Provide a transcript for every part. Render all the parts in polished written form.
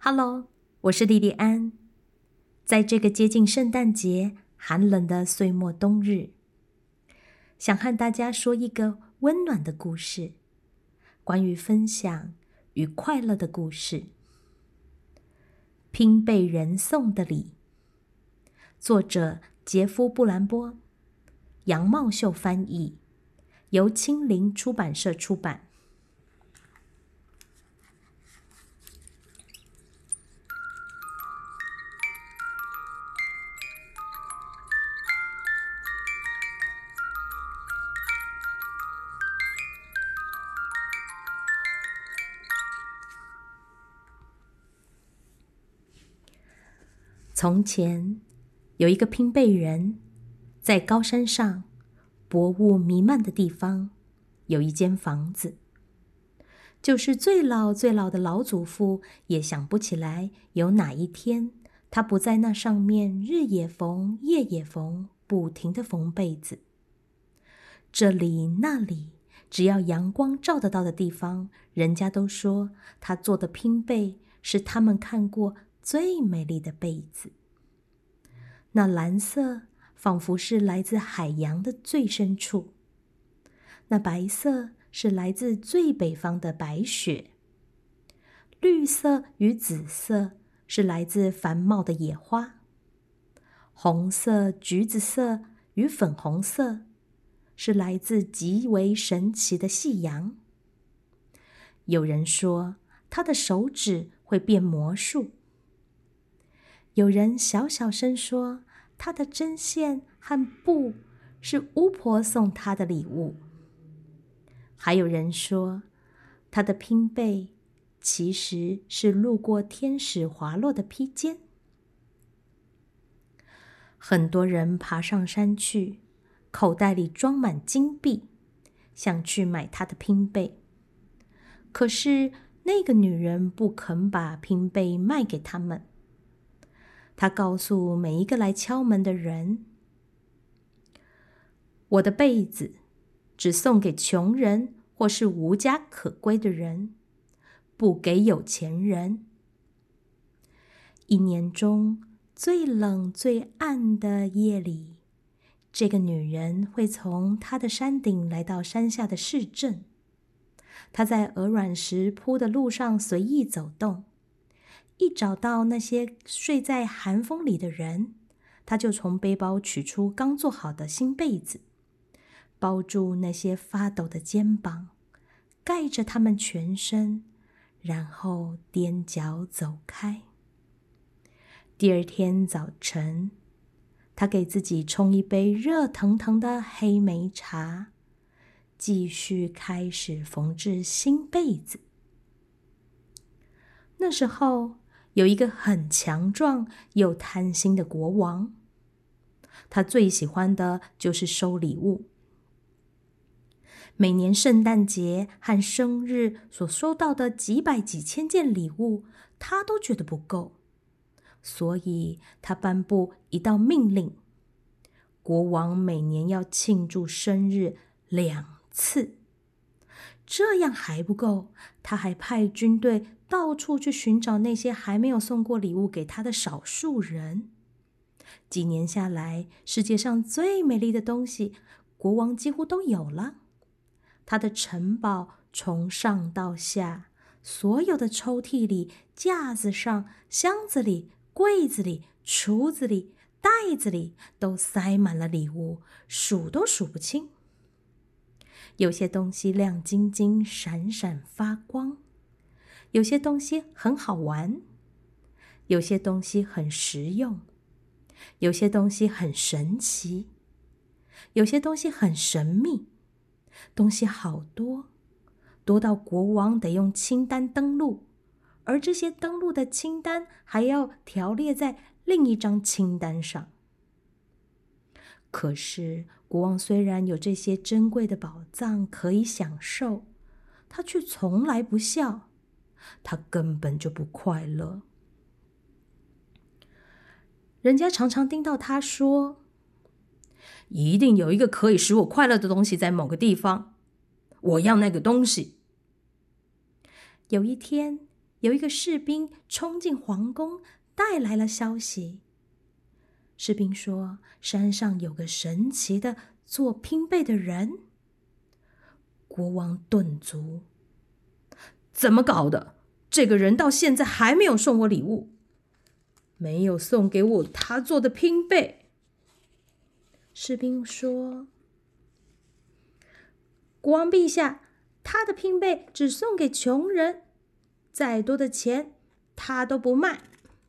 Hello，我是莉莉安。在这个接近圣诞节、寒冷的岁末冬日，想和大家说一个温暖的故事，关于分享与快乐的故事。拼被人送的礼，作者杰夫·布兰波，杨茂秀翻译，由青林出版社出版。从前有一个拼贝人，在高山上薄雾弥漫的地方有一间房子，就是最老最老的老祖父也想不起来有哪一天他不在那上面日也缝夜也缝，不停地缝被子。这里那里只要阳光照得到的地方，人家都说他做的拼被是他们看过最美丽的被子。那蓝色仿佛是来自海洋的最深处，那白色是来自最北方的白雪，绿色与紫色是来自繁茂的野花，红色、橘子色与粉红色是来自极为神奇的夕阳。有人说他的手指会变魔术，有人小小声说他的针线和布是巫婆送他的礼物，还有人说他的拼被其实是路过天使滑落的披肩。很多人爬上山去，口袋里装满金币，想去买他的拼被。可是那个女人不肯把拼被卖给他们。她告诉每一个来敲门的人，我的被子只送给穷人或是无家可归的人，不给有钱人。一年中最冷最暗的夜里，这个女人会从她的山顶来到山下的市镇。她在鹅卵石铺的路上随意走动，一找到那些睡在寒风里的人，她就从背包取出刚做好的新被子，包住那些发抖的肩膀，盖着他们全身，然后踮脚走开。第二天早晨，他给自己冲一杯热腾腾的黑莓茶，继续开始缝制新被子。那时候有一个很强壮又贪心的国王，他最喜欢的就是收礼物。每年圣诞节和生日所收到的几百几千件礼物，他都觉得不够，所以他颁布一道命令：国王每年要庆祝生日2次。这样还不够，他还派军队到处去寻找那些还没有送过礼物给他的少数人。几年下来，世界上最美丽的东西，国王几乎都有了。他的城堡从上到下，所有的抽屉里、架子上、箱子里、柜子里、橱子里、袋子里都塞满了礼物，数都数不清。有些东西亮晶晶、闪闪发光，有些东西很好玩，有些东西很实用，有些东西很神奇，有些东西很神秘。东西好多，多到国王得用清单登录，而这些登录的清单还要条列在另一张清单上。可是国王虽然有这些珍贵的宝藏可以享受，他却从来不笑，他根本就不快乐。人家常常听到他说，一定有一个可以使我快乐的东西在某个地方，我要那个东西。有一天， 有一个士兵冲进皇宫，带来了消息。士兵说，山上有个神奇的做拼贝的人。国王顿足，怎么搞的？这个人到现在还没有送我礼物，没有送给我他做的拼贝。士兵说，国王陛下，他的拼贝只送给穷人，再多的钱他都不卖。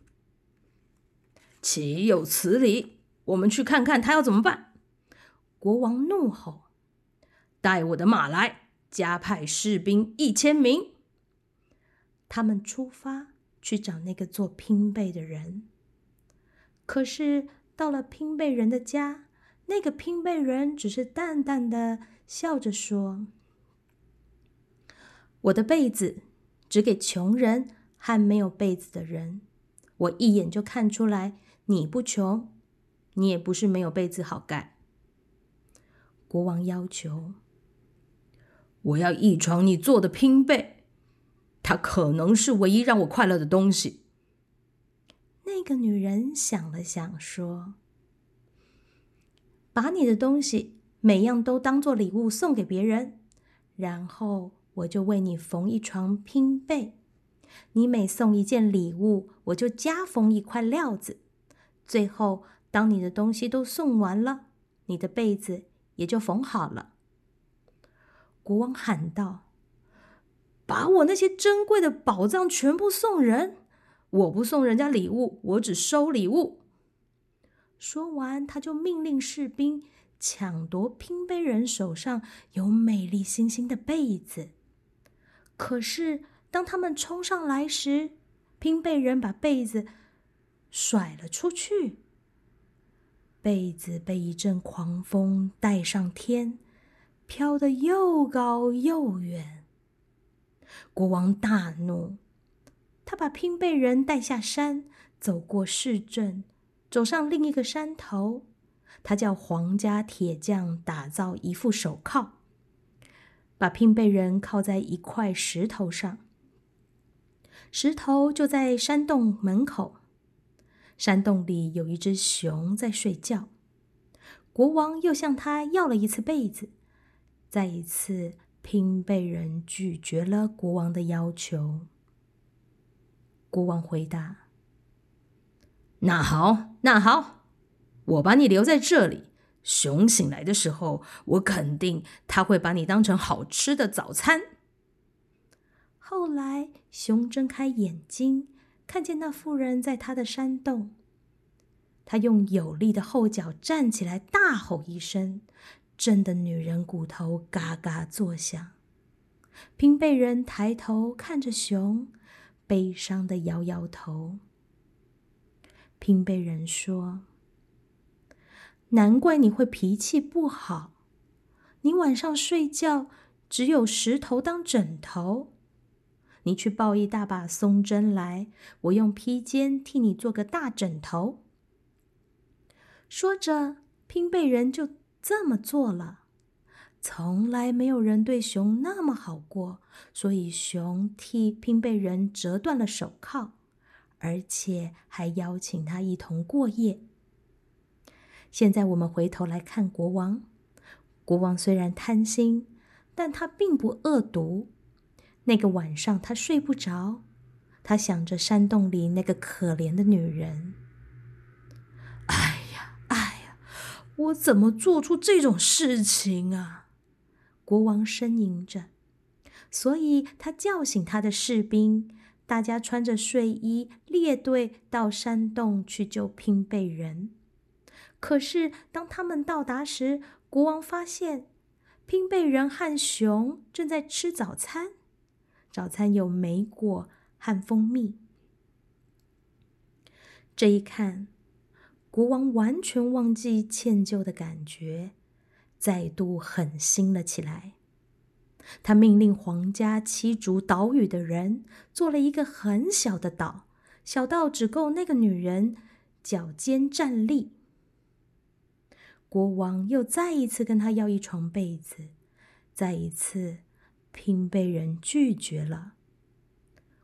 岂有此理！我们去看看他要怎么办。国王怒吼，带我的马来，加派士兵1000名。他们出发去找那个做拼贝的人。可是到了拼贝人的家，那个拼贝人只是淡淡的笑着说，我的被子只给穷人和没有被子的人，我一眼就看出来你不穷，你也不是没有被子好盖。国王要求，我要一床你做的拼被，它可能是唯一让我快乐的东西。那个女人想了想说，把你的东西每样都当做礼物送给别人，然后我就为你缝一床拼被。你每送一件礼物，我就加缝一块料子。最后，当你的东西都送完了，你的被子也就缝好了。国王喊道，把我那些珍贵的宝藏全部送人？我不送人家礼物，我只收礼物。说完，他就命令士兵抢夺拼被人手上有美丽星星的被子。可是当他们冲上来时，拼被人把被子甩了出去，被子被一阵狂风带上天，飘得又高又远。国王大怒，他把拼被人带下山，走过市镇，走上另一个山头。他叫皇家铁匠打造一副手铐，把拼被人铐在一块石头上。石头就在山洞门口，山洞里有一只熊在睡觉。国王又向他要了一次被子，再一次拼被人拒绝了国王的要求。国王回答，那好，那好，我把你留在这里，熊醒来的时候，我肯定他会把你当成好吃的早餐。后来熊睁开眼睛，看见那妇人在他的山洞，他用有力的后脚站起来，大吼一声，震得女人骨头嘎嘎作响。拼被人抬头看着熊，悲伤地摇摇头。拼被人说，难怪你会脾气不好，你晚上睡觉只有石头当枕头。你去抱一大把松针来，我用披肩替你做个大枕头。说着，拼被人就这么做了。从来没有人对熊那么好过，所以熊替拼被人折断了手铐，而且还邀请他一同过夜。现在我们回头来看国王。国王虽然贪心，但他并不恶毒。那个晚上他睡不着，他想着山洞里那个可怜的女人。哎呀，我怎么做出这种事情啊？国王呻吟着。所以他叫醒他的士兵，大家穿着睡衣列队到山洞去救拼被人。可是当他们到达时，国王发现拼被人和熊正在吃早餐，早餐有莓果和蜂蜜。这一看，国王完全忘记歉疚的感觉，再度狠心了起来。他命令皇家7族岛屿的人做了一个很小的岛，小到只够那个女人脚尖站立。国王又再一次跟他要一床被子，再一次拼被人拒绝了。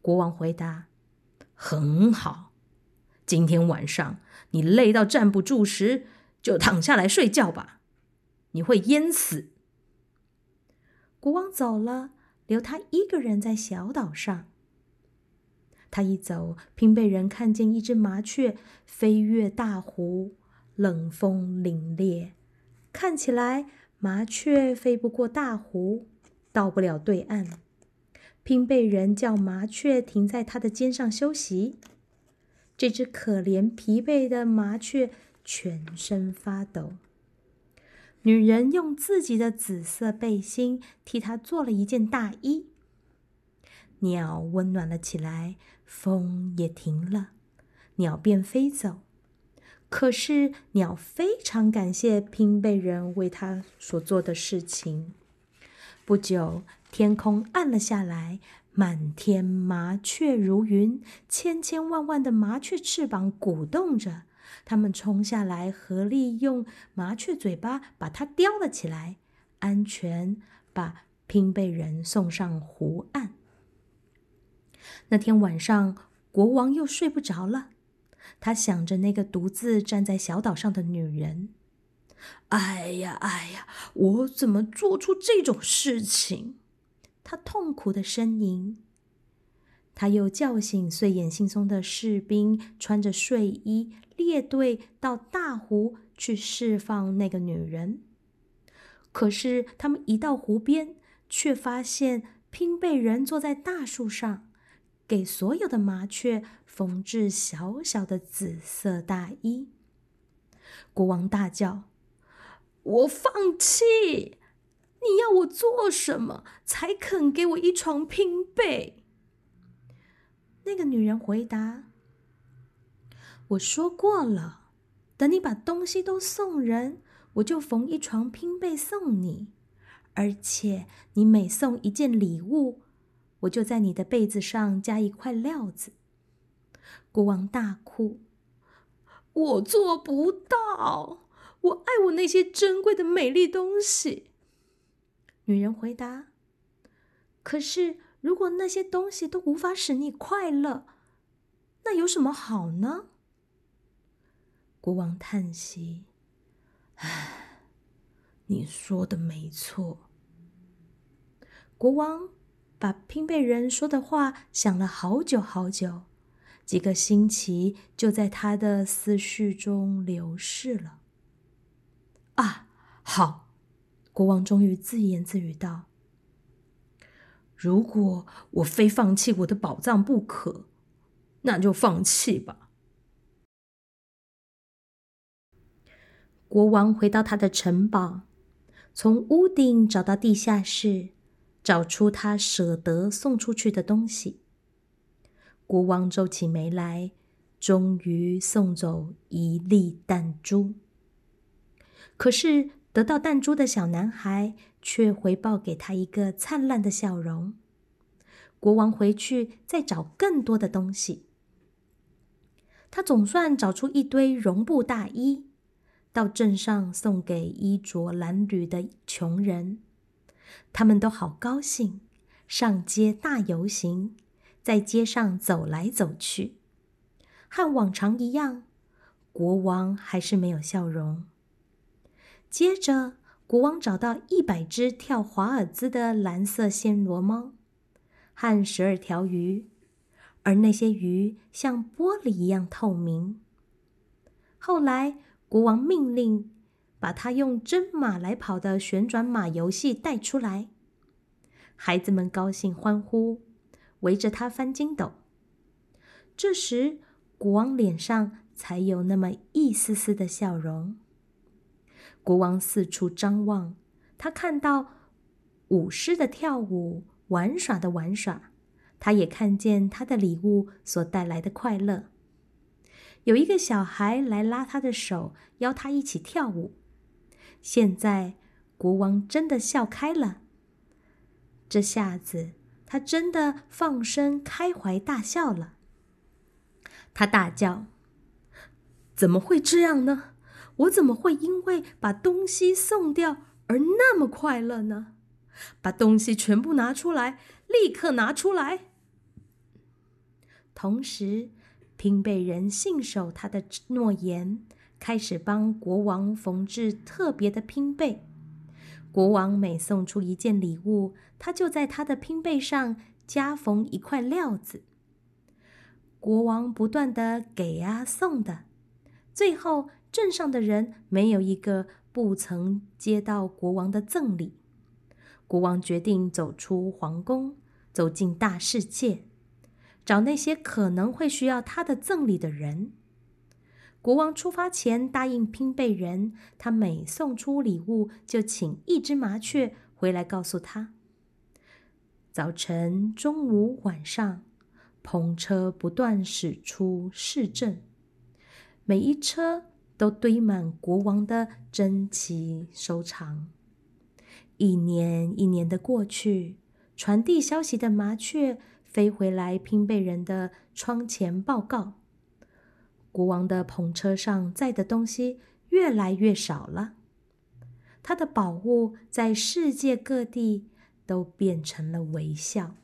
国王回答：很好，今天晚上你累到站不住时，就躺下来睡觉吧，你会淹死。国王走了，留他一个人在小岛上。他一走，拼贝人看见一只麻雀飞越大湖，冷风凛冽，看起来麻雀飞不过大湖，到不了对岸。拼贝人叫麻雀停在他的肩上休息。这只可怜疲惫的麻雀全身发抖。女人用自己的紫色背心替它做了一件大衣。鸟温暖了起来，风也停了，鸟便飞走。可是鸟非常感谢拼贝人为它所做的事情。不久，天空暗了下来，满天麻雀如云，千千万万的麻雀翅膀鼓动着，它们冲下来，合力用麻雀嘴巴把它叼了起来，安全把拼贝人送上湖岸。那天晚上，国王又睡不着了，他想着那个独自站在小岛上的女人。哎呀，我怎么做出这种事情？他痛苦地呻吟。他又叫醒睡眼惺忪的士兵，穿着睡衣列队到大湖去释放那个女人。可是他们一到湖边，却发现拼贝人坐在大树上，给所有的麻雀缝制小小的紫色大衣。国王大叫：我放弃！你要我做什么才肯给我一床拼被？那个女人回答：我说过了，等你把东西都送人，我就缝一床拼被送你，而且你每送一件礼物，我就在你的被子上加一块料子。国王大哭：我做不到，我爱我那些珍贵的美丽东西。女人回答：可是如果那些东西都无法使你快乐，那有什么好呢？国王叹息：唉，你说的没错。国王把拼贝人说的话想了好久好久，几个星期就在他的思绪中流逝了。啊，好！国王终于自言自语道：如果我非放弃我的宝藏不可，那就放弃吧。国王回到他的城堡，从屋顶找到地下室，找出他舍得送出去的东西。国王皱起眉来，终于送走一粒弹珠。可是得到弹珠的小男孩却回报给他一个灿烂的笑容。国王回去再找更多的东西，他总算找出一堆绒布大衣，到镇上送给衣着褴褛的穷人。他们都好高兴，上街大游行，在街上走来走去。和往常一样，国王还是没有笑容。接着，国王找到100只跳华尔兹的蓝色暹罗猫和12条鱼，而那些鱼像玻璃一样透明。后来，国王命令把他用真马来跑的旋转马游戏带出来。孩子们高兴欢呼，围着他翻筋斗。这时，国王脸上才有那么一丝丝的笑容。国王四处张望，他看到舞狮的跳舞，玩耍的玩耍，他也看见他的礼物所带来的快乐。有一个小孩来拉他的手，邀他一起跳舞。现在，国王真的笑开了。这下子，他真的放声开怀大笑了。他大叫：怎么会这样呢？我怎么会因为把东西送掉而那么快乐呢？把东西全部拿出来，立刻拿出来！ 同时，拼贝人信守他的诺言，开始帮国王缝制特别的拼贝。国王每送出一件礼物，他就在他的拼贝上加缝一块料子。国王不断地给啊送的，最后镇上的人没有一个不曾接到国王的赠礼。国王决定走出皇宫，走进大世界，找那些可能会需要他的赠礼的人。国王出发前答应拼贝人，他每送出礼物就请一只麻雀回来告诉他。早晨、中午、晚上，篷车不断驶出市镇，每一车都堆满国王的珍奇收藏。一年一年的过去，传递消息的麻雀飞回来拼贝人的窗前报告，国王的篷车上载的东西越来越少了，他的宝物在世界各地都变成了微笑。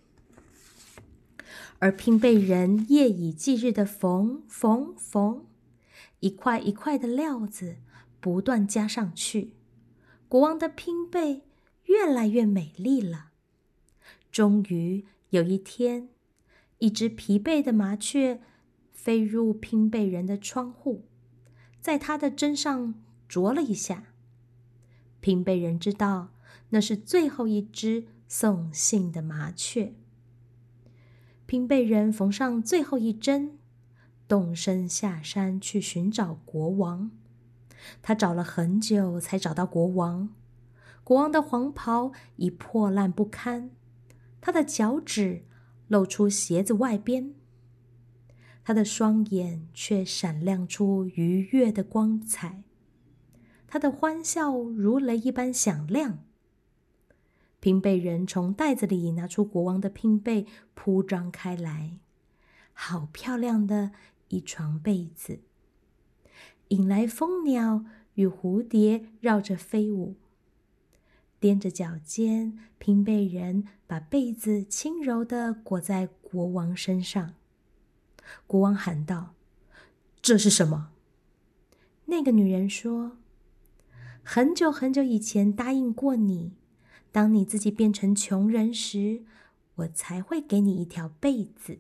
而拼贝人夜以继日的缝，一块一块的料子不断加上去，国王的拼贝越来越美丽了。终于有一天，一只疲惫的麻雀飞入拼贝人的窗户，在他的针上啄了一下。拼贝人知道那是最后一只送信的麻雀。拼贝人缝上最后一针，动身下山去寻找国王。他找了很久才找到国王。国王的黄袍已破烂不堪，他的脚趾露出鞋子外边，他的双眼却闪亮出愉悦的光彩，他的欢笑如雷一般响亮。拼贝人从袋子里拿出国王的拼贝，铺张开来，好漂亮的一床被子，引来蜂鸟与蝴蝶绕着飞舞。踮着脚尖，拼贝人把被子轻柔地裹在国王身上。国王喊道：“这是什么？”那个女人说：“很久很久以前答应过你，当你自己变成穷人时，我才会给你一条被子。”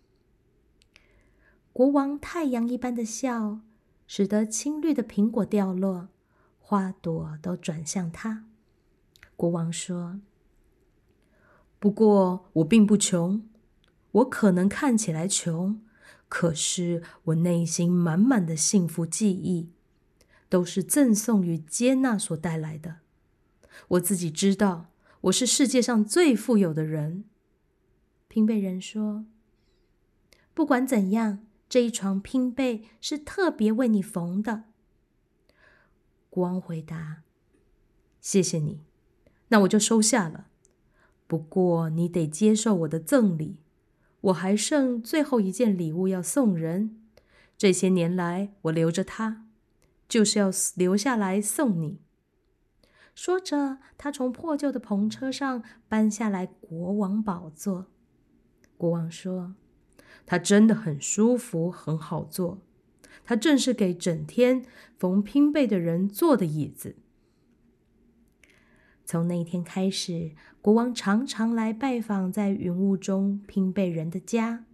国王太阳一般的笑，使得青绿的苹果掉落，花朵都转向他。国王说：“不过我并不穷，我可能看起来穷，可是我内心满满的幸福记忆，都是赠送与接纳所带来的。我自己知道，我是世界上最富有的人。”拼贝人说：“不管怎样，这一床拼被是特别为你缝的。”国王回答：“谢谢你，那我就收下了。不过你得接受我的赠礼，我还剩最后一件礼物要送人。这些年来我留着它，就是要留下来送你。”说着，他从破旧的篷车上搬下来国王宝座。国王说：“它真的很舒服，很好坐。它正是给整天缝拼被的人坐的椅子。”从那一天开始，国王常常来拜访在云雾中拼被人的家。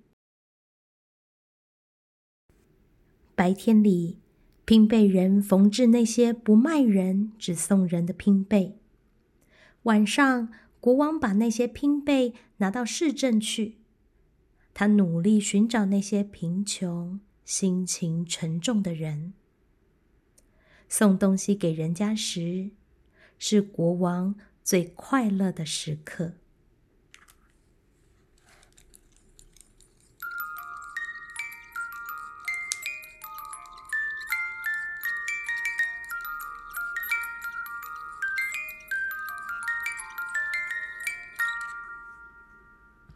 白天里，拼被人缝制那些不卖人只送人的拼被。晚上，国王把那些拼被拿到市镇去，他努力寻找那些贫穷、心情沉重的人。送东西给人家时，是国王最快乐的时刻。